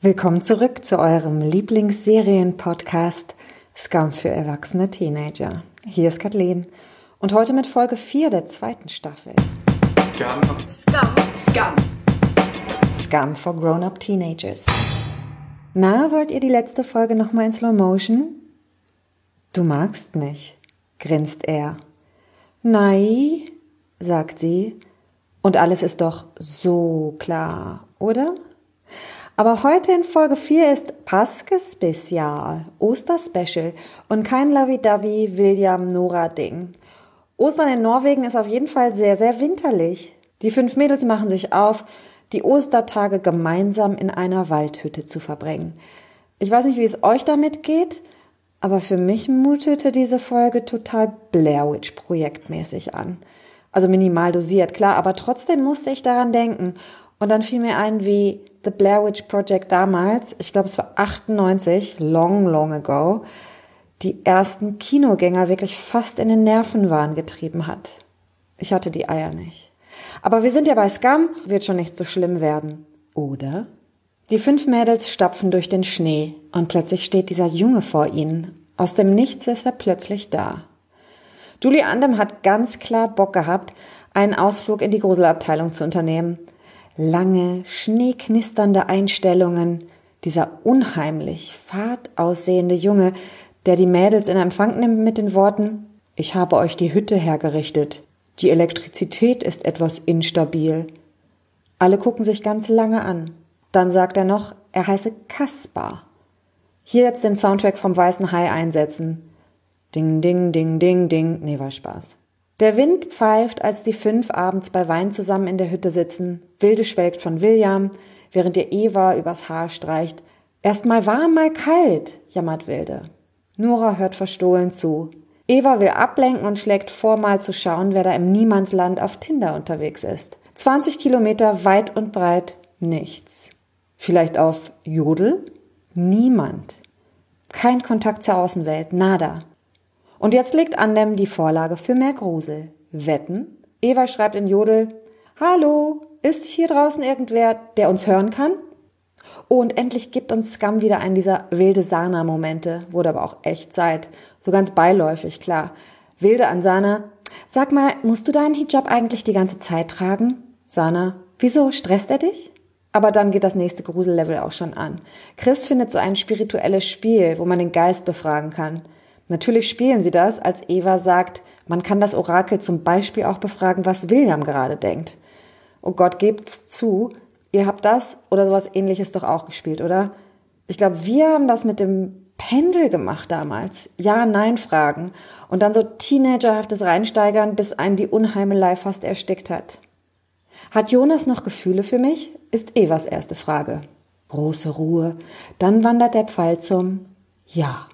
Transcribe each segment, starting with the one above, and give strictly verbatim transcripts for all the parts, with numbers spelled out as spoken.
Willkommen zurück zu eurem Lieblingsserienpodcast Scum für erwachsene Teenager. Hier ist Kathleen und heute mit Folge vier der zweiten Staffel. Scum. Scum. Scum. Scum for Grown-Up Teenagers. Na, wollt ihr die letzte Folge nochmal in Slow Motion? Du magst mich, grinst er. Nein, sagt sie. Und alles ist doch so klar, oder? Aber heute in Folge vier ist Paske-Spezial, Oster-Special und kein Lovey-Dovey-William-Nora-Ding. Ostern in Norwegen ist auf jeden Fall sehr, sehr winterlich. Die fünf Mädels machen sich auf, die Ostertage gemeinsam in einer Waldhütte zu verbringen. Ich weiß nicht, wie es euch damit geht, aber für mich mutete diese Folge total Blair Witch projektmäßig an. Also minimal dosiert, klar, aber trotzdem musste ich daran denken. Und dann fiel mir ein, wie The Blair Witch Project damals, ich glaube es war achtundneunzig, long, long ago, die ersten Kinogänger wirklich fast in den Nervenwahn getrieben hat. Ich hatte die Eier nicht. Aber wir sind ja bei Scum, wird schon nicht so schlimm werden. Oder? Die fünf Mädels stapfen durch den Schnee und plötzlich steht dieser Junge vor ihnen. Aus dem Nichts ist er plötzlich da. Julie Andem hat ganz klar Bock gehabt, einen Ausflug in die Gruselabteilung zu unternehmen. Lange, schneeknisternde Einstellungen, dieser unheimlich fad aussehende Junge, der die Mädels in Empfang nimmt mit den Worten: Ich habe euch die Hütte hergerichtet. Die Elektrizität ist etwas instabil. Alle gucken sich ganz lange an. Dann sagt er noch, er heiße Kaspar. Hier jetzt den Soundtrack vom Weißen Hai einsetzen. Ding, ding, ding, ding, ding. Nee, war Spaß. Der Wind pfeift, als die fünf abends bei Wein zusammen in der Hütte sitzen. Wilde schwelgt von William, während ihr Eva übers Haar streicht. Erst mal warm, mal kalt, jammert Wilde. Nora hört verstohlen zu. Eva will ablenken und schlägt vor, mal zu schauen, wer da im Niemandsland auf Tinder unterwegs ist. zwanzig Kilometer weit und breit, nichts. Vielleicht auf Jodel? Niemand. Kein Kontakt zur Außenwelt, nada. Und jetzt legt Andem die Vorlage für mehr Grusel. Wetten? Eva schreibt in Jodel: Hallo, ist hier draußen irgendwer, der uns hören kann? Oh, und endlich gibt uns Scum wieder einen dieser wilde Sana-Momente. Wurde aber auch echt Zeit. So ganz beiläufig, klar. Wilde an Sana: Sag mal, musst du deinen Hijab eigentlich die ganze Zeit tragen? Sana: Wieso, stresst er dich? Aber dann geht das nächste Grusellevel auch schon an. Chris findet so ein spirituelles Spiel, wo man den Geist befragen kann. Natürlich spielen sie das, als Eva sagt, man kann das Orakel zum Beispiel auch befragen, was William gerade denkt. Oh Gott, gebt's zu, ihr habt das oder sowas Ähnliches doch auch gespielt, oder? Ich glaube, wir haben das mit dem Pendel gemacht damals. Ja-Nein-Fragen und dann so teenagerhaftes Reinsteigern, bis einen die Unheimelei fast erstickt hat. Hat Jonas noch Gefühle für mich? Ist Evas erste Frage. Große Ruhe. Dann wandert der Pfeil zum Ja.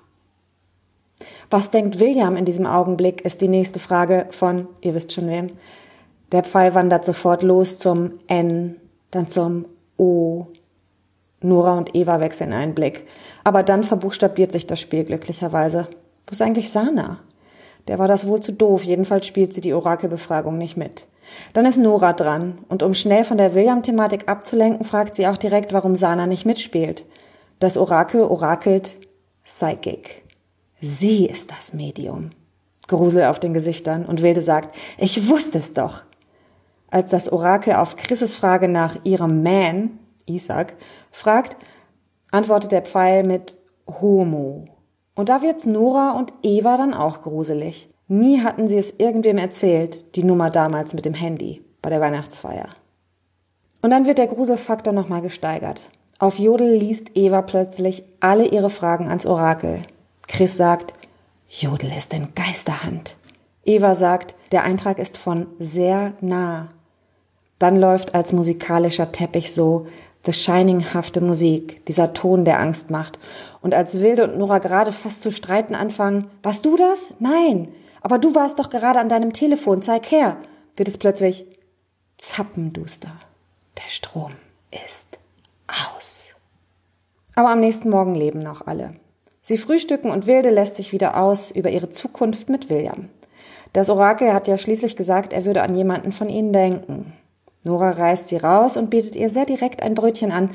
Was denkt William in diesem Augenblick, ist die nächste Frage von, ihr wisst schon wem. Der Pfeil wandert sofort los zum N, dann zum O. Nora und Eva wechseln einen Blick. Aber dann verbuchstabiert sich das Spiel glücklicherweise. Wo ist eigentlich Sana? Der war das wohl zu doof, jedenfalls spielt sie die Orakelbefragung nicht mit. Dann ist Nora dran und um schnell von der William-Thematik abzulenken, fragt sie auch direkt, warum Sana nicht mitspielt. Das Orakel orakelt Psychic. Sie ist das Medium. Grusel auf den Gesichtern und Wilde sagt, ich wusste es doch. Als das Orakel auf Chris' Frage nach ihrem Man, Isaac, fragt, antwortet der Pfeil mit Homo. Und da wird's Nora und Eva dann auch gruselig. Nie hatten sie es irgendwem erzählt, die Nummer damals mit dem Handy bei der Weihnachtsfeier. Und dann wird der Gruselfaktor nochmal gesteigert. Auf Jodel liest Eva plötzlich alle ihre Fragen ans Orakel. Chris sagt, Jodel ist in Geisterhand. Eva sagt, der Eintrag ist von sehr nah. Dann läuft als musikalischer Teppich so The Shining-hafte Musik, dieser Ton, der Angst macht. Und als Wilde und Nora gerade fast zu streiten anfangen, warst du das? Nein, aber du warst doch gerade an deinem Telefon, zeig her, wird es plötzlich zappenduster. Der Strom ist aus. Aber am nächsten Morgen leben noch alle. Sie frühstücken und Wilde lässt sich wieder aus über ihre Zukunft mit William. Das Orakel hat ja schließlich gesagt, er würde an jemanden von ihnen denken. Nora reißt sie raus und bietet ihr sehr direkt ein Brötchen an,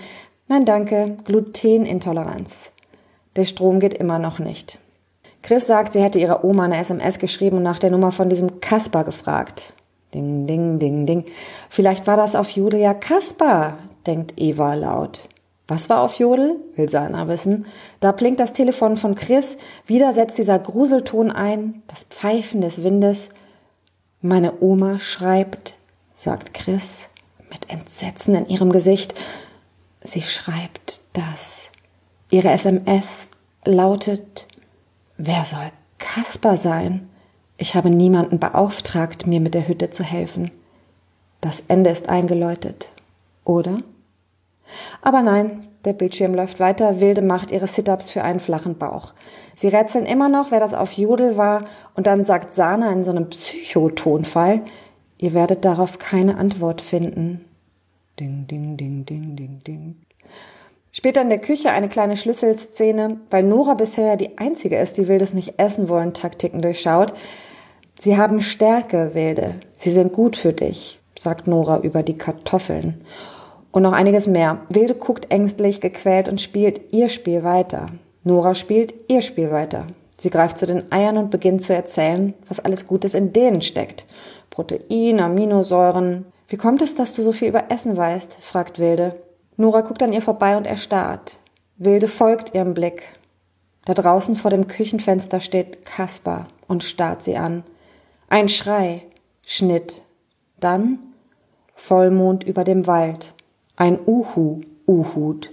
Nein, danke, Glutenintoleranz. Der Strom geht immer noch nicht. Chris sagt, sie hätte ihrer Oma eine S M S geschrieben und nach der Nummer von diesem Kasper gefragt. Ding, ding, ding, ding. Vielleicht war das auf Jodel ja Kasper, denkt Eva laut. Was war auf Jodel? Will Sana wissen. Da blinkt das Telefon von Chris. Wieder setzt dieser Gruselton ein, das Pfeifen des Windes. Meine Oma schreibt, sagt Chris mit Entsetzen in ihrem Gesicht. Sie schreibt das. Ihre S M S lautet: Wer soll Kasper sein? Ich habe niemanden beauftragt, mir mit der Hütte zu helfen. Das Ende ist eingeläutet, oder? Aber nein, der Bildschirm läuft weiter. Wilde macht ihre Sit-Ups für einen flachen Bauch. Sie rätseln immer noch, wer das auf Jodel war, und dann sagt Sana in so einem Psychotonfall: Ihr werdet darauf keine Antwort finden. Ding, ding, ding, ding, ding, ding. Später in der Küche eine kleine Schlüsselszene, weil Nora bisher die Einzige ist, die Wildes nicht essen wollen, Taktiken durchschaut. Sie haben Stärke, Wilde. Sie sind gut für dich, sagt Nora über die Kartoffeln. Und noch einiges mehr. Wilde guckt ängstlich, gequält und spielt ihr Spiel weiter. Nora spielt ihr Spiel weiter. Sie greift zu den Eiern und beginnt zu erzählen, was alles Gutes in denen steckt. Protein, Aminosäuren. Wie kommt es, dass du so viel über Essen weißt? Fragt Wilde. Nora guckt an ihr vorbei und erstarrt. Wilde folgt ihrem Blick. Da draußen vor dem Küchenfenster steht Kasper und starrt sie an. Ein Schrei, Schnitt. Dann Vollmond über dem Wald. Ein Uhu, Uhud.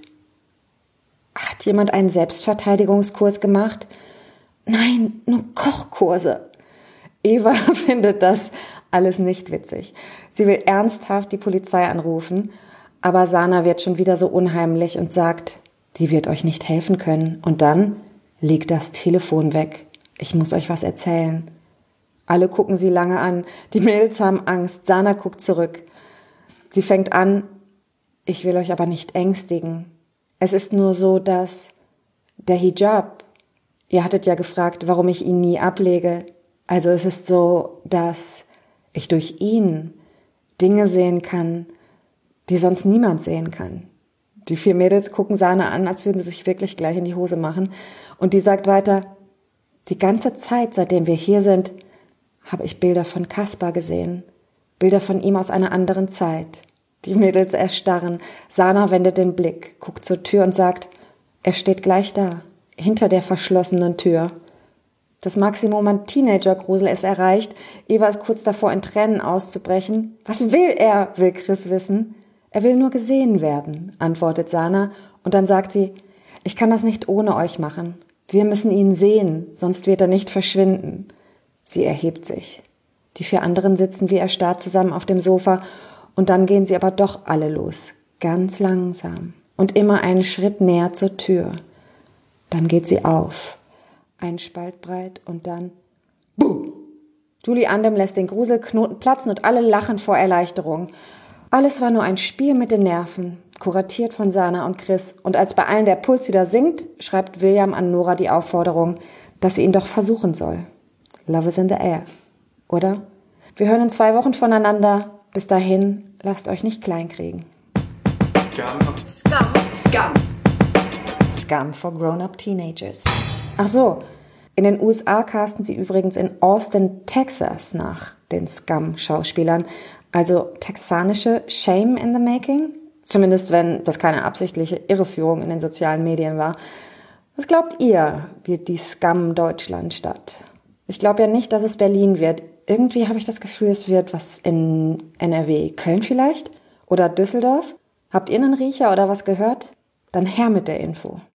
Hat jemand einen Selbstverteidigungskurs gemacht? Nein, nur Kochkurse. Eva findet das alles nicht witzig. Sie will ernsthaft die Polizei anrufen, aber Sana wird schon wieder so unheimlich und sagt, die wird euch nicht helfen können. Und dann legt das Telefon weg. Ich muss euch was erzählen. Alle gucken sie lange an. Die Mädels haben Angst. Sana guckt zurück. Sie fängt an, ich will euch aber nicht ängstigen. Es ist nur so, dass der Hijab, ihr hattet ja gefragt, warum ich ihn nie ablege. Also es ist so, dass ich durch ihn Dinge sehen kann, die sonst niemand sehen kann. Die vier Mädels gucken Sana an, als würden sie sich wirklich gleich in die Hose machen. Und die sagt weiter, die ganze Zeit, seitdem wir hier sind, habe ich Bilder von Kasper gesehen. Bilder von ihm aus einer anderen Zeit. Die Mädels erstarren. Sana wendet den Blick, guckt zur Tür und sagt, er steht gleich da, hinter der verschlossenen Tür. Das Maximum an Teenager-Grusel ist erreicht. Eva ist kurz davor, in Tränen auszubrechen. Was will er, will Chris wissen. Er will nur gesehen werden, antwortet Sana. Und dann sagt sie, ich kann das nicht ohne euch machen. Wir müssen ihn sehen, sonst wird er nicht verschwinden. Sie erhebt sich. Die vier anderen sitzen wie erstarrt zusammen auf dem Sofa. Und dann gehen sie aber doch alle los, ganz langsam und immer einen Schritt näher zur Tür. Dann geht sie auf, ein Spalt breit und dann Buh! Julie Andem lässt den Gruselknoten platzen und alle lachen vor Erleichterung. Alles war nur ein Spiel mit den Nerven, kuratiert von Sana und Chris. Und als bei allen der Puls wieder sinkt, schreibt William an Nora die Aufforderung, dass sie ihn doch versuchen soll. Love is in the air, oder? Wir hören in zwei Wochen voneinander. Bis dahin, lasst euch nicht kleinkriegen. Scum. Scum. Scum. Scum for grown-up teenagers. Ach so, in den U S A casten sie übrigens in Austin, Texas nach den Scum-Schauspielern. Also texanische Shame in the Making? Zumindest wenn das keine absichtliche Irreführung in den sozialen Medien war. Was glaubt ihr, wird die Scum-Deutschland-Stadt? Ich glaube ja nicht, dass es Berlin wird. Irgendwie habe ich das Gefühl, es wird was in N R W. Köln vielleicht? Oder Düsseldorf? Habt ihr einen Riecher oder was gehört? Dann her mit der Info.